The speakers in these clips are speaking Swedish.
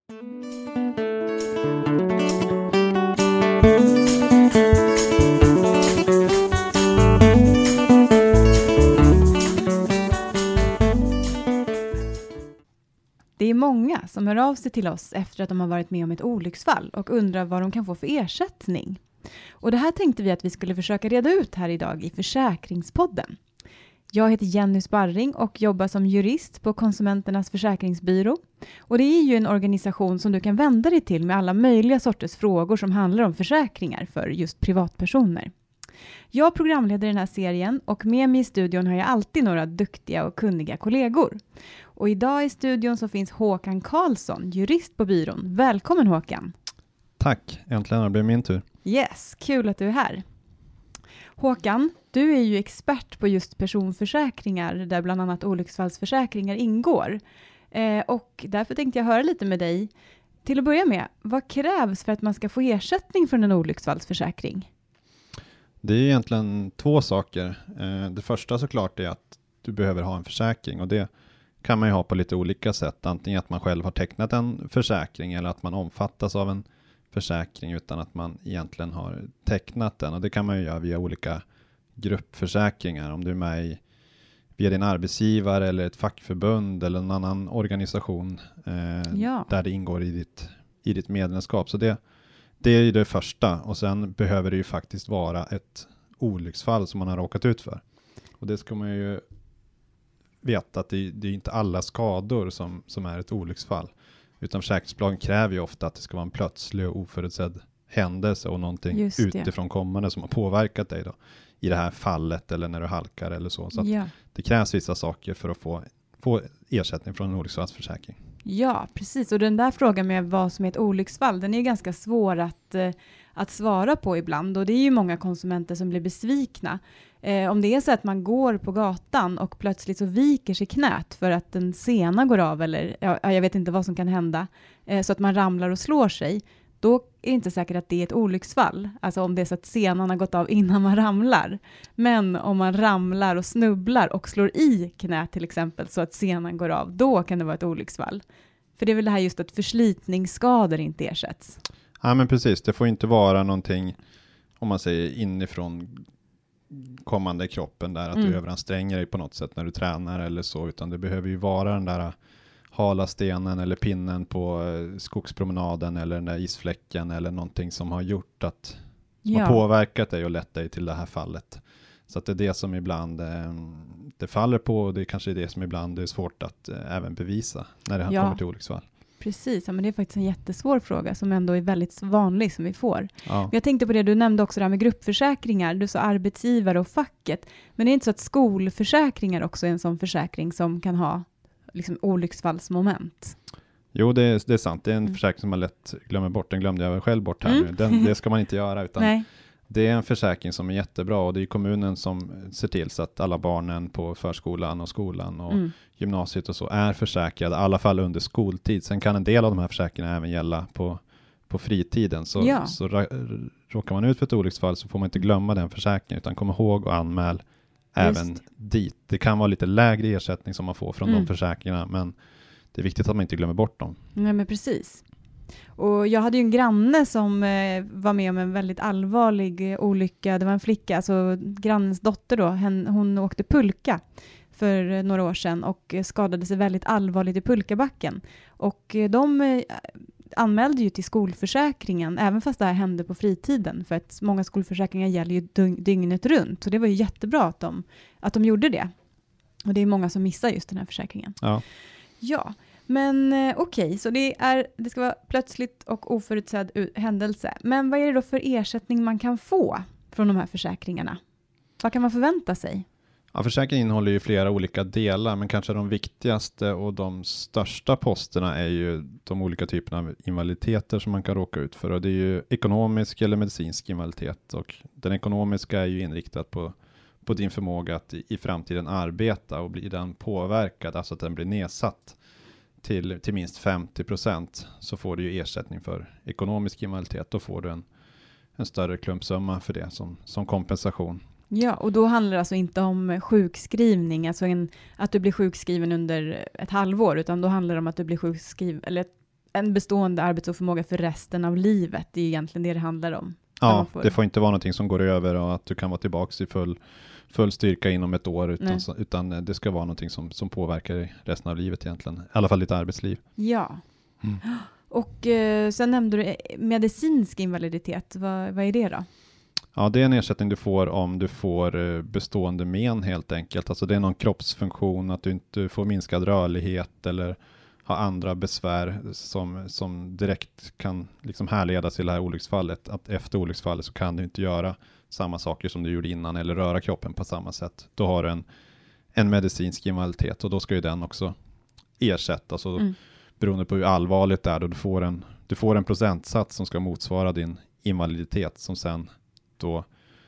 Det är många som hör av sig till oss efter att de har varit med om ett olycksfall och undrar vad de kan få för ersättning. Och det här tänkte vi att vi skulle försöka reda ut här idag i Försäkringspodden. Jag heter Jenny Sparring och jobbar som jurist på Konsumenternas försäkringsbyrå. Och det är ju en organisation som du kan vända dig till med alla möjliga sorters frågor som handlar om försäkringar för just privatpersoner. Jag programleder den här serien och med mig i studion har jag alltid några duktiga och kunniga kollegor. Och idag i studion så finns Håkan Karlsson, jurist på byrån. Välkommen Håkan! Tack, äntligen har det blivit min tur. Yes, kul att du är här. Håkan, du är ju expert på just personförsäkringar där bland annat olycksfallsförsäkringar ingår. Och därför tänkte jag höra lite med dig. Till att börja med, vad krävs för att man ska få ersättning från en olycksfallsförsäkring? Det är egentligen två saker. Det första såklart är att du behöver ha en försäkring och det kan man ju ha på lite olika sätt. Antingen att man själv har tecknat en försäkring eller att man omfattas av en försäkring utan att man egentligen har tecknat den. Och det kan man ju göra via olika gruppförsäkringar. Om du är med via din arbetsgivare eller ett fackförbund eller en annan organisation där det ingår i ditt medlemskap. Så det är ju det första. Och sen behöver det ju faktiskt vara ett olycksfall som man har råkat ut för. Och det ska man ju veta att det är inte alla skador som är ett olycksfall. Utan försäkringsbolagen kräver ju ofta att det ska vara en plötslig och oförutsedd händelse och någonting utifrån kommande som har påverkat dig då. I det här fallet eller när du halkar eller så. Så att det krävs vissa saker för att få ersättning från en olycksfallsförsäkring. Ja, precis. Och den där frågan med vad som är ett olycksfall, den är ganska svår att svara på ibland. Och det är ju många konsumenter som blir besvikna. Om det är så att man går på gatan och plötsligt så viker sig knät för att en sena går av eller jag vet inte vad som kan hända. Så att man ramlar och slår sig. Då är det inte säkert att det är ett olycksfall. Alltså om det är så att senan har gått av innan man ramlar. Men om man ramlar och snubblar och slår i knät till exempel så att senan går av, då kan det vara ett olycksfall. För det är väl det här just att förslitningsskador inte ersätts. Ja men precis, det får inte vara någonting om man säger inifrån kommande kroppen där att du överanstränger dig på något sätt när du tränar eller så, utan det behöver ju vara den där hala stenen eller pinnen på skogspromenaden eller den där isfläcken eller någonting som har gjort att har påverkat dig och lett dig till det här fallet. Så att det är det som ibland det faller på och det är kanske det som ibland är svårt att även bevisa när det har kommit till olycksfall. Precis, men det är faktiskt en jättesvår fråga som ändå är väldigt vanlig som vi får. Ja. Jag tänkte på det, du nämnde också det här med gruppförsäkringar. Du sa arbetsgivare och facket. Men det är inte så att skolförsäkringar också är en sån försäkring som kan ha liksom olycksfallsmoment? Jo, det är sant. Det är en försäkring som man lätt glömmer bort. Den glömde jag själv bort här nu. Det ska man inte göra utan det är en försäkring som är jättebra och det är kommunen som ser till så att alla barnen på förskolan och skolan och gymnasiet och så är försäkrade, i alla fall under skoltid. Sen kan en del av de här försäkringarna även gälla på fritiden. Så råkar man ut för ett olycksfall så får man inte glömma den försäkringen utan kom ihåg och anmäl även dit. Det kan vara lite lägre ersättning som man får från de försäkringarna men det är viktigt att man inte glömmer bort dem. Nej men precis. Och jag hade ju en granne som var med om en väldigt allvarlig olycka. Det var en flicka, alltså grannens dotter då. Hon åkte pulka för några år sedan och skadade sig väldigt allvarligt i pulkabacken. Och de anmälde ju till skolförsäkringen även fast det här hände på fritiden. För att många skolförsäkringar gäller ju dygnet runt. Så det var ju jättebra att de gjorde det. Och det är många som missar just den här försäkringen. Ja. Men okej, så det ska vara plötsligt och oförutsedd händelse. Men vad är det då för ersättning man kan få från de här försäkringarna? Vad kan man förvänta sig? Ja, försäkringen innehåller ju flera olika delar men kanske de viktigaste och de största posterna är ju de olika typerna av invaliditeter som man kan råka ut för. Och det är ju ekonomisk eller medicinsk invaliditet och den ekonomiska är ju inriktad på din förmåga att i framtiden arbeta och blir den påverkad, alltså att den blir nedsatt till minst 50% så får du ju ersättning för ekonomisk invaliditet. Då får du en större klumpsumma för det som kompensation. Ja, och då handlar det alltså inte om sjukskrivning, alltså att du blir sjukskriven under ett halvår, utan då handlar det om att du blir sjukskriven, eller en bestående arbetsoförmåga för resten av livet. Det är egentligen det handlar om. Ja, det får inte vara någonting som går över och att du kan vara tillbaka i full styrka inom ett år. Utan det ska vara någonting som påverkar dig resten av livet egentligen. I alla fall ditt arbetsliv. Ja. Mm. Och sen nämnde du medicinsk invaliditet. Vad är det då? Ja, det är en ersättning du får om du får bestående men helt enkelt. Alltså det är någon kroppsfunktion, att du inte får minskad rörlighet eller har andra besvär som direkt kan liksom härledas till det här olycksfallet. Att efter olycksfallet så kan du inte göra samma saker som du gjorde innan eller röra kroppen på samma sätt. Då har du en medicinsk invaliditet och då ska ju den också ersättas. Och beroende på hur allvarligt det är då du får en procentsats som ska motsvara din invaliditet som sen då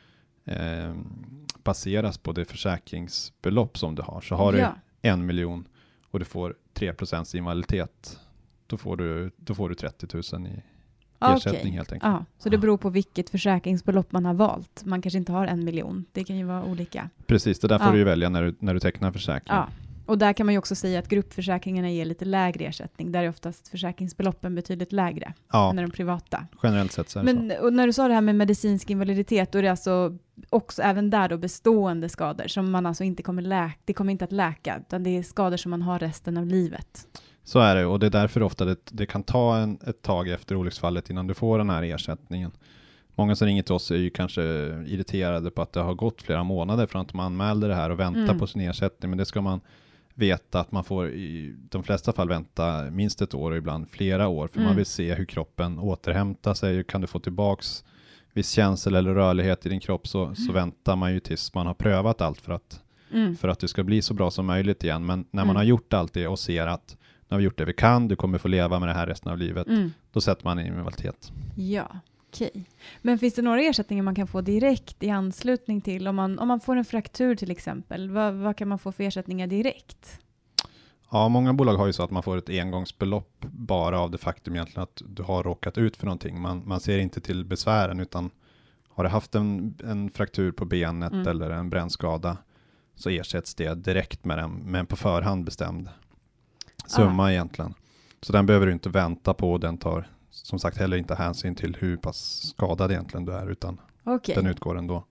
baseras på det försäkringsbelopp som du har. Så har du 1 miljon och du får 3% invaliditet, då får du 30 000 i ersättning helt enkelt. Ja, så det beror på vilket försäkringsbelopp man har valt. Man kanske inte har 1 miljon. Det kan ju vara olika. Precis, det där får du ju välja när du tecknar försäkring. Ja. Och där kan man ju också säga att gruppförsäkringarna ger lite lägre ersättning. Där är oftast försäkringsbeloppen betydligt lägre än de privata. Generellt sett så är det så. Men och när du sa det här med medicinsk invaliditet, då är det alltså också även där då bestående skador som man alltså inte det kommer inte att läka, utan det är skador som man har resten av livet. Så är det, och det är därför ofta det kan ta ett tag efter olycksfallet innan du får den här ersättningen. Många som ringer till oss är ju kanske irriterade på att det har gått flera månader från att de anmälde det här och väntar på sin ersättning, men det ska man veta att man får i de flesta fall vänta minst ett år och ibland flera år, för man vill se hur kroppen återhämtar sig. Kan du få tillbaks viss känsel eller rörlighet i din kropp så väntar man ju tills man har prövat allt för att det ska bli så bra som möjligt igen. Men när man har gjort allt det och ser att nu har vi gjort det vi kan, du kommer få leva med det här resten av livet, då sätter man in invaliditet. Ja. Okej. Men finns det några ersättningar man kan få direkt i anslutning till om man får en fraktur till exempel? Vad kan man få för ersättningar direkt? Ja, många bolag har ju så att man får ett engångsbelopp bara av det faktum egentligen att du har råkat ut för någonting. Man ser inte till besvären, utan har du haft en fraktur på benet eller en brännskada så ersätts det direkt med en på förhand bestämd summa egentligen. Så den behöver du inte vänta på, och den tar som sagt heller inte hänsyn till hur pass skadad egentligen du är, utan den utgår ändå.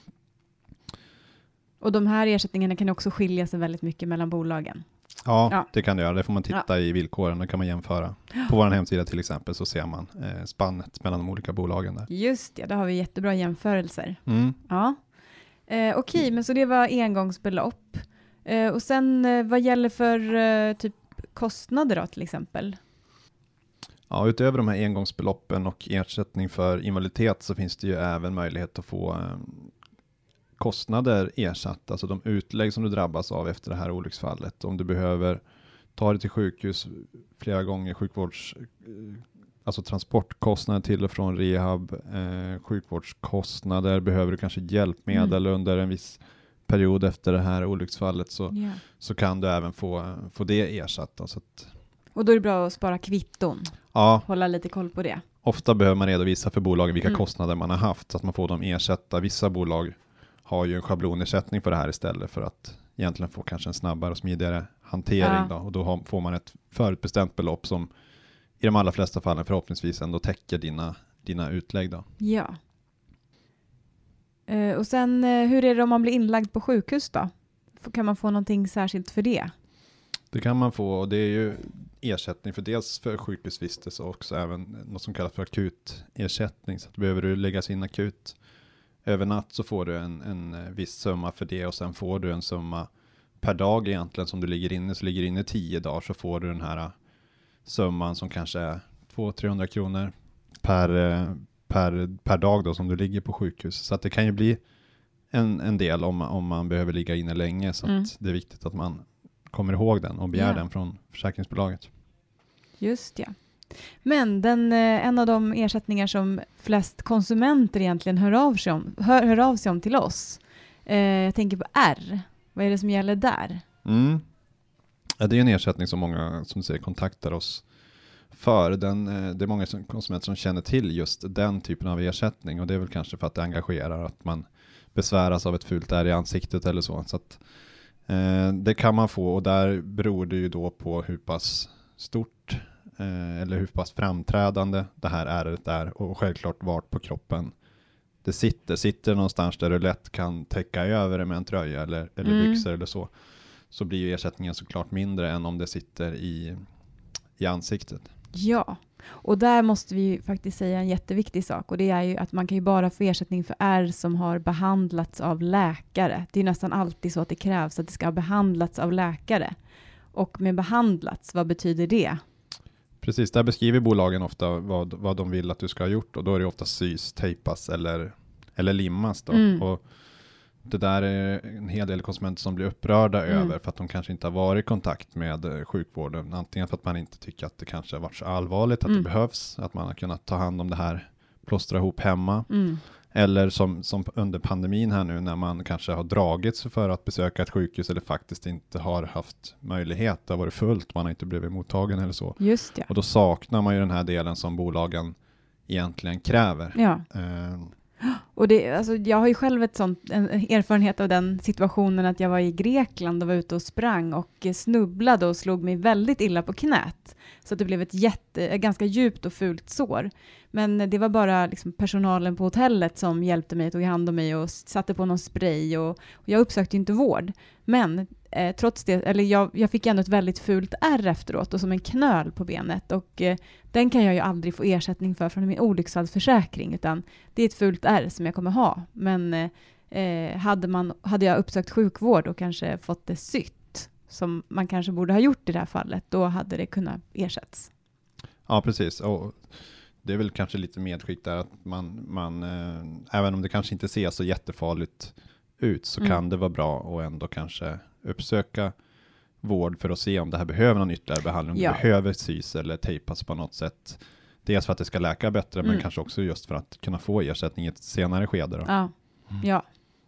Och de här ersättningarna kan också skilja sig väldigt mycket mellan bolagen. Ja, det kan det göra. Det får man titta i villkoren, och kan man jämföra. På vår hemsida till exempel så ser man spannet mellan de olika bolagen där. Just det, där har vi jättebra jämförelser. Ja. Okej, men så det var engångsbelopp. Och sen vad gäller för typ kostnader då till exempel? Ja, utöver de här engångsbeloppen och ersättning för invaliditet så finns det ju även möjlighet att få kostnader ersatt. Alltså de utlägg som du drabbas av efter det här olycksfallet. Om du behöver ta dig till sjukhus flera gånger, alltså transportkostnader till och från rehab, sjukvårdskostnader, behöver du kanske hjälpmedel under en viss period efter det här olycksfallet så kan du även få det ersatt. Så att, och då är det bra att spara kvitton. Ja. Hålla lite koll på det. Ofta behöver man redovisa för bolagen vilka kostnader man har haft så att man får dem ersätta. Vissa bolag har ju en schablonersättning för det här istället för att egentligen få kanske en snabbare och smidigare hantering. Då. Och då får man ett förutbestämt belopp som i de allra flesta fallen förhoppningsvis ändå täcker dina utlägg. Då. Ja. Och sen hur är det om man blir inlagd på sjukhus då? Kan man få någonting särskilt för det? Det kan man få, och det är ju ersättning för dels för sjukhusvistelse och också även något som kallas för akutersättning. Så att behöver du läggas in akut över natt så får du en viss summa för det, och sen får du en summa per dag egentligen som du ligger inne. Så ligger inne 10 dagar så får du den här summan som kanske är 200-300 kronor per dag då som du ligger på sjukhus. Så att det kan ju bli en del om man behöver ligga inne länge, så att det är viktigt att man kommer ihåg den och begär den från försäkringsbolaget. Just ja. Men en av de ersättningar som flest konsumenter egentligen hör av sig om till oss. Jag tänker på R. Vad är det som gäller där? Ja, det är en ersättning som många som du säger kontaktar oss för. Det är många konsumenter som känner till just den typen av ersättning, och det är väl kanske för att det engagerar, att man besväras av ett fult ärr i ansiktet eller så. Så att det kan man få, och där beror det ju då på hur pass stort eller hur pass framträdande det här ärret är och självklart vart på kroppen det sitter någonstans där du lätt kan täcka över det med en tröja eller byxor eller så blir ju ersättningen såklart mindre än om det sitter i ansiktet. Ja, och där måste vi ju faktiskt säga en jätteviktig sak, och det är ju att man kan ju bara få ersättning för ärr som har behandlats av läkare. Det är nästan alltid så att det krävs att det ska ha behandlats av läkare. Och med behandlats, vad betyder det? Precis, där beskriver bolagen ofta vad de vill att du ska ha gjort, och då är det ofta sys, tejpas eller limmas då. Och det där är en hel del konsumenter som blir upprörda över för att de kanske inte har varit i kontakt med sjukvården. Antingen för att man inte tycker att det kanske har varit så allvarligt att det behövs, att man har kunnat ta hand om det här, plåstra ihop hemma. Eller som under pandemin här nu, när man kanske har dragit sig för att besöka ett sjukhus eller faktiskt inte har haft möjlighet. Det har varit fullt, man har inte blivit mottagen eller så. Just det. Och då saknar man ju den här delen som bolagen egentligen kräver. Ja. Och jag har ju själv en erfarenhet av den situationen att jag var i Grekland och var ute och sprang och snubblade och slog mig väldigt illa på knät. Så att det blev ett ganska djupt och fult sår. Men det var bara liksom personalen på hotellet som hjälpte mig, tog hand om mig och satte på någon spray. Och jag uppsökte inte vård. Men trots det, eller jag fick ändå ett väldigt fult ärr efteråt och som en knöl på benet. Och den kan jag ju aldrig få ersättning för från min olycksfallsförsäkring, utan det är ett fult ärr som jag kommer ha. Men hade jag uppsökt sjukvård och kanske fått det sytt, som man kanske borde ha gjort i det här fallet, då hade det kunnat ersättas. Ja, precis. Och det är väl kanske lite medskick där att man även om det kanske inte ser så jättefarligt ut, så kan det vara bra att ändå kanske uppsöka vård för att se om det här behöver någon ytterligare behandling, om det behöver sys eller tejpas på något sätt. Dels för att det ska läka bättre, men kanske också just för att kunna få ersättning i ett senare skede. Då. Ja,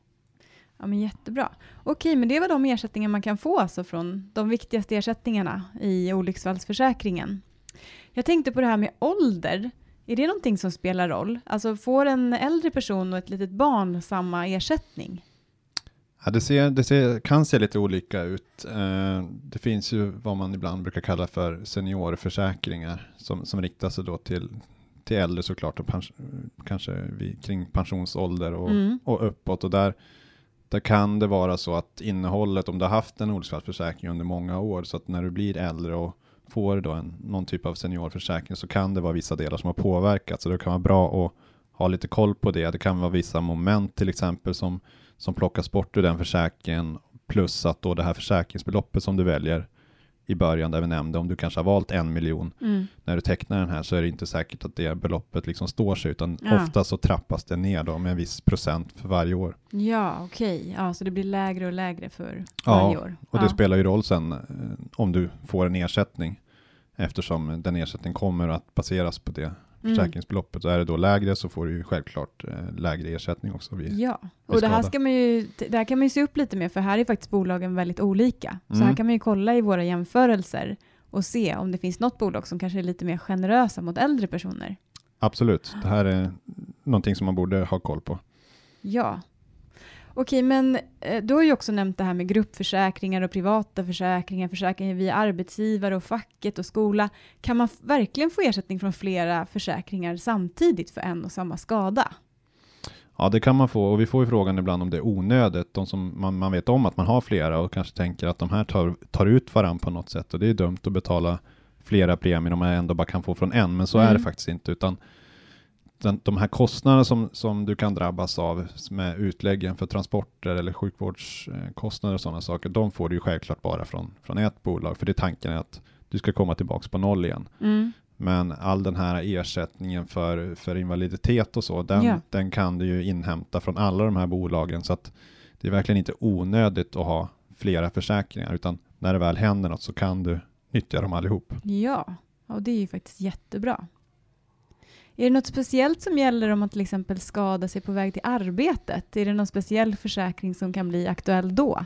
men jättebra. Okej, men det var de ersättningar man kan få alltså från de viktigaste ersättningarna i olycksfallsförsäkringen. Jag tänkte på det här med ålder. Är det någonting som spelar roll? Alltså får en äldre person och ett litet barn samma ersättning? Ja, det kan se lite olika ut. Det finns ju vad man ibland brukar kalla för seniorförsäkringar som riktar sig då till äldre såklart, och kanske kring pensionsålder och uppåt. Och där kan det vara så att innehållet, om du har haft en olycksfallsförsäkring under många år, så att när du blir äldre och får då någon typ av seniorförsäkring, så kan det vara vissa delar som har påverkats. Så det kan vara bra att ha lite koll på det. Det kan vara vissa moment till exempel som plockas bort ur den försäkringen, plus att då det här försäkringsbeloppet som du väljer i början, där vi nämnde, om du kanske har valt 1 miljon när du tecknar den här, så är det inte säkert att det beloppet liksom står sig, utan ofta så trappas det ner då med en viss procent för varje år. Ja, okej. Ja, så det blir lägre och lägre för varje år. Och det spelar ju roll sen om du får en ersättning, eftersom den ersättningen kommer att baseras på det försäkringsbeloppet. Så är det då lägre, så får du ju självklart lägre ersättning också vid och det här kan man ju se upp lite med, för här är faktiskt bolagen väldigt olika. Så här kan man ju kolla i våra jämförelser och se om det finns något bolag som kanske är lite mer generösa mot äldre personer. Absolut. Det här är någonting som man borde ha koll på. Ja. Okej, men du har ju också nämnt det här med gruppförsäkringar och privata försäkringar via arbetsgivare och facket och skola. Kan man verkligen få ersättning från flera försäkringar samtidigt för en och samma skada? Ja, det kan man få, och vi får ju frågan ibland om det är onödigt. De som man vet om att man har flera och kanske tänker att de här tar ut varandra på något sätt, och det är dumt att betala flera premier om man ändå bara kan få från en, men så är det faktiskt inte, utan de här kostnaderna som du kan drabbas av med utläggen för transporter eller sjukvårdskostnader och sådana saker, de får du ju självklart bara från ett bolag, för det tanken är att du ska komma tillbaka på noll igen. Men all den här ersättningen för invaliditet och så, den kan du ju inhämta från alla de här bolagen, så att det är verkligen inte onödigt att ha flera försäkringar, utan när det väl händer något så kan du nyttja dem allihop. Ja, och det är ju faktiskt jättebra. Är det något speciellt som gäller om man till exempel skadar sig på väg till arbetet? Är det någon speciell försäkring som kan bli aktuell då?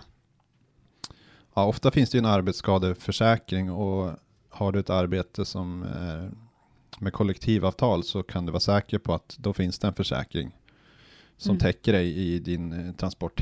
Ja, ofta finns det ju en arbetsskadeförsäkring, och har du ett arbete som med kollektivavtal, så kan du vara säker på att då finns det en försäkring som täcker dig i din transport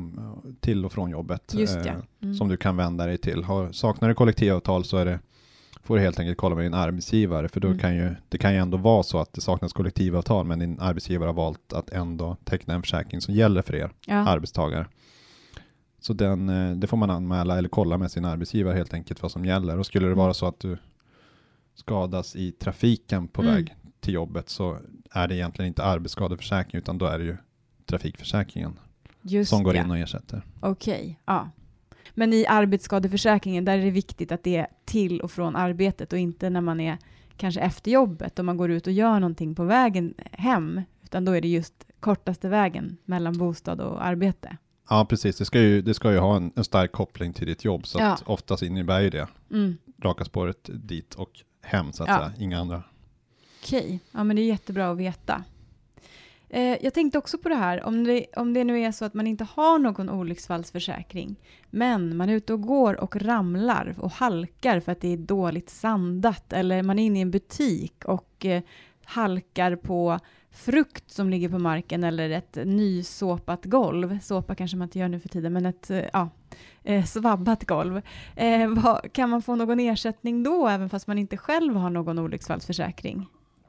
till och från jobbet. Just det. Som du kan vända dig till. Saknar du kollektivavtal, så är det får du helt enkelt kolla med din arbetsgivare. För då det kan ju ändå vara så att det saknas kollektivavtal, men din arbetsgivare har valt att ändå teckna en försäkring som gäller för er arbetstagare. Så det får man anmäla eller kolla med sin arbetsgivare helt enkelt vad som gäller. Och skulle det vara så att du skadas i trafiken på väg till jobbet, så är det egentligen inte arbetsskadeförsäkring, utan då är det ju trafikförsäkringen som går in och ersätter. Okej, ja. Men i arbetsskadeförsäkringen, där är det viktigt att det är till och från arbetet och inte när man är kanske efter jobbet och man går ut och gör någonting på vägen hem, utan då är det just kortaste vägen mellan bostad och arbete. Ja, precis. Det ska ju ha en stark koppling till ditt jobb, så att oftast innebär ju det raka spåret dit och hem, så att säga. Inga andra. Okej, ja, men det är jättebra att veta. Jag tänkte också på det här, om det nu är så att man inte har någon olycksfallsförsäkring, men man är ute och går och ramlar och halkar för att det är dåligt sandat, eller man är inne i en butik och halkar på frukt som ligger på marken eller ett nysåpat golv. Såpa kanske man inte gör nu för tiden, men ett svabbat golv. Kan man få någon ersättning då, även fast man inte själv har någon olycksfallsförsäkring?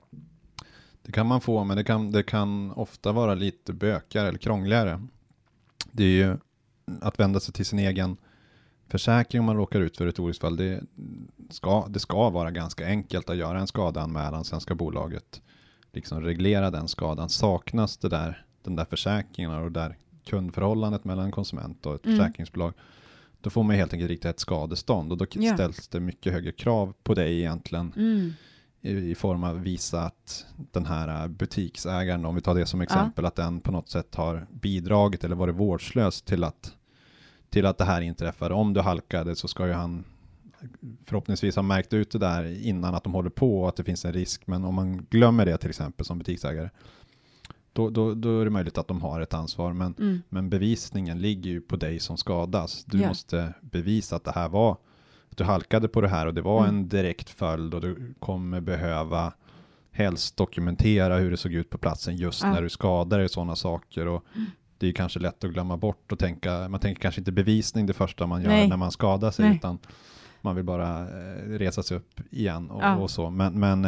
Det kan man få, men det kan ofta vara lite bökigare eller krångligare. Det är ju att vända sig till sin egen försäkring om man råkar ut för ett olycksfall. Det ska vara ganska enkelt att göra en skadeanmälan. Sen ska bolaget liksom reglera den skadan. Saknas den där försäkringen och där kundförhållandet mellan konsument och ett försäkringsbolag, då får man helt enkelt rikta ett skadestånd. Och då ställs det mycket högre krav på dig egentligen. I form av visa att den här butiksägaren, om vi tar det som exempel, att den på något sätt har bidragit eller varit vårdslös till att det här inträffar. Om du halkade, så ska ju han förhoppningsvis ha märkt ut det där innan att de håller på och att det finns en risk. Men om man glömmer det till exempel som butiksägare, då är det möjligt att de har ett ansvar. Men bevisningen ligger ju på dig som skadas. Du måste bevisa att det här var, att du halkade på det här och det var en direkt följd, och du kommer behöva helst dokumentera hur det såg ut på platsen just när du skadar dig, sådana saker. Och det är kanske lätt att glömma bort och man tänker kanske inte bevisning det första man gör när man skadar sig, utan man vill bara resa sig upp igen och så. Men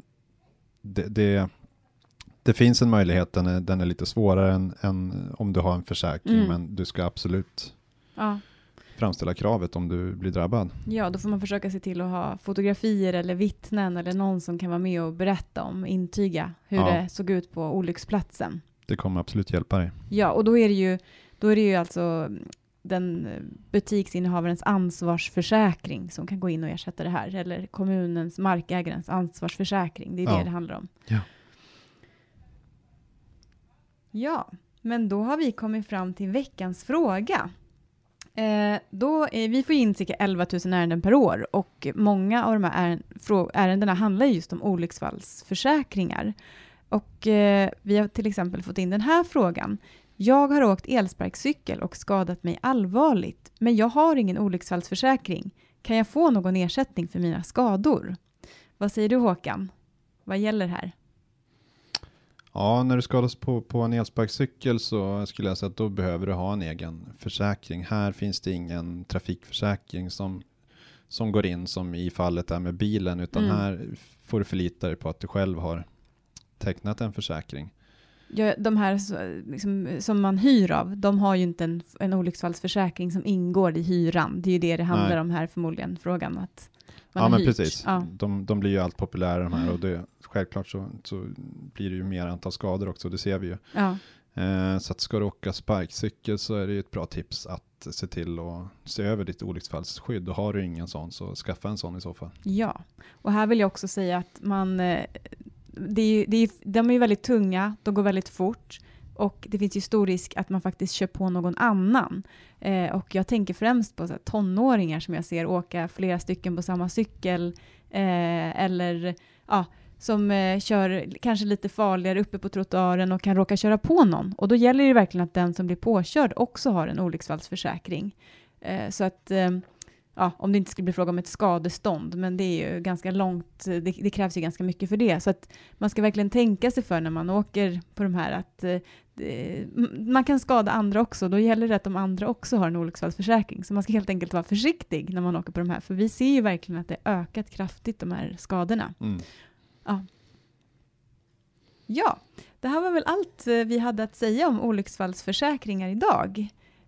det finns en möjlighet, den är lite svårare än om du har en försäkring, men du ska absolut framställa kravet om du blir drabbad. Ja, då får man försöka se till att ha fotografier eller vittnen eller någon som kan vara med och berätta intyga hur det såg ut på olycksplatsen. Det kommer absolut hjälpa dig. Ja, och då är det ju alltså den butiksinnehavarens ansvarsförsäkring som kan gå in och ersätta det här, eller kommunens, markägarens ansvarsförsäkring. Det är det handlar om. Ja, men då har vi kommit fram till veckans fråga. Vi får in cirka 11 000 ärenden per år, och många av de här ärendena handlar just om olycksfallsförsäkringar. Och vi har till exempel fått in den här frågan. Jag har åkt elsparkcykel och skadat mig allvarligt, men jag har ingen olycksfallsförsäkring. Kan jag få någon ersättning för mina skador? Vad säger du, Håkan? Vad gäller här? Ja, när du skadas på en elsparkcykel, så skulle jag säga att då behöver du ha en egen försäkring. Här finns det ingen trafikförsäkring som går in som i fallet där med bilen, utan här får du förlita dig på att du själv har tecknat en försäkring. Ja, de här liksom, som man hyr av, de har ju inte en olycksfallsförsäkring som ingår i hyran. Det är ju det handlar om här förmodligen, frågan att man har men hyrt. Precis. Ja. De blir ju allt populärare de här, och självklart så blir det ju mer antal skador också, det ser vi ju. Ja. Så att ska du åka sparkcykel, så är det ju ett bra tips att se till att se över ditt olycksfallsskydd, och har du ingen sån, så skaffa en sån i så fall. Ja, och här vill jag också säga att de är ju väldigt tunga, de går väldigt fort, och det finns ju stor risk att man faktiskt kör på någon annan. Och jag tänker främst på så här, tonåringar som jag ser åka flera stycken på samma cykel, eller som kör kanske lite farligare uppe på trottoaren och kan råka köra på någon. Och då gäller det verkligen att den som blir påkörd också har en olycksfallsförsäkring. Så att om det inte skulle bli fråga om ett skadestånd, men det är ju ganska långt, det krävs ju ganska mycket för det. Så att man ska verkligen tänka sig för när man åker på de här att man kan skada andra också. Då gäller det att de andra också har en olycksfallsförsäkring. Så man ska helt enkelt vara försiktig när man åker på de här. För vi ser ju verkligen att det ökat kraftigt, de här skadorna. Ja, det här var väl allt vi hade att säga om olycksfallsförsäkringar idag.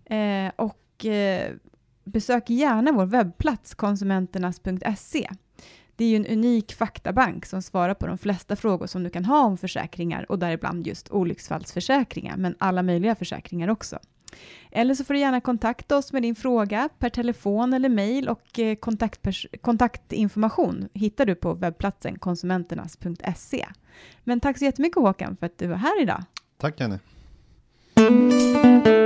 Besök gärna vår webbplats konsumenternas.se. Det är ju en unik faktabank som svarar på de flesta frågor som du kan ha om försäkringar och däribland just olycksfallsförsäkringar, men alla möjliga försäkringar också. Eller så får du gärna kontakta oss med din fråga per telefon eller mejl, och kontaktinformation hittar du på webbplatsen konsumenternas.se. Men tack så jättemycket Håkan för att du var här idag. Tack Jenny.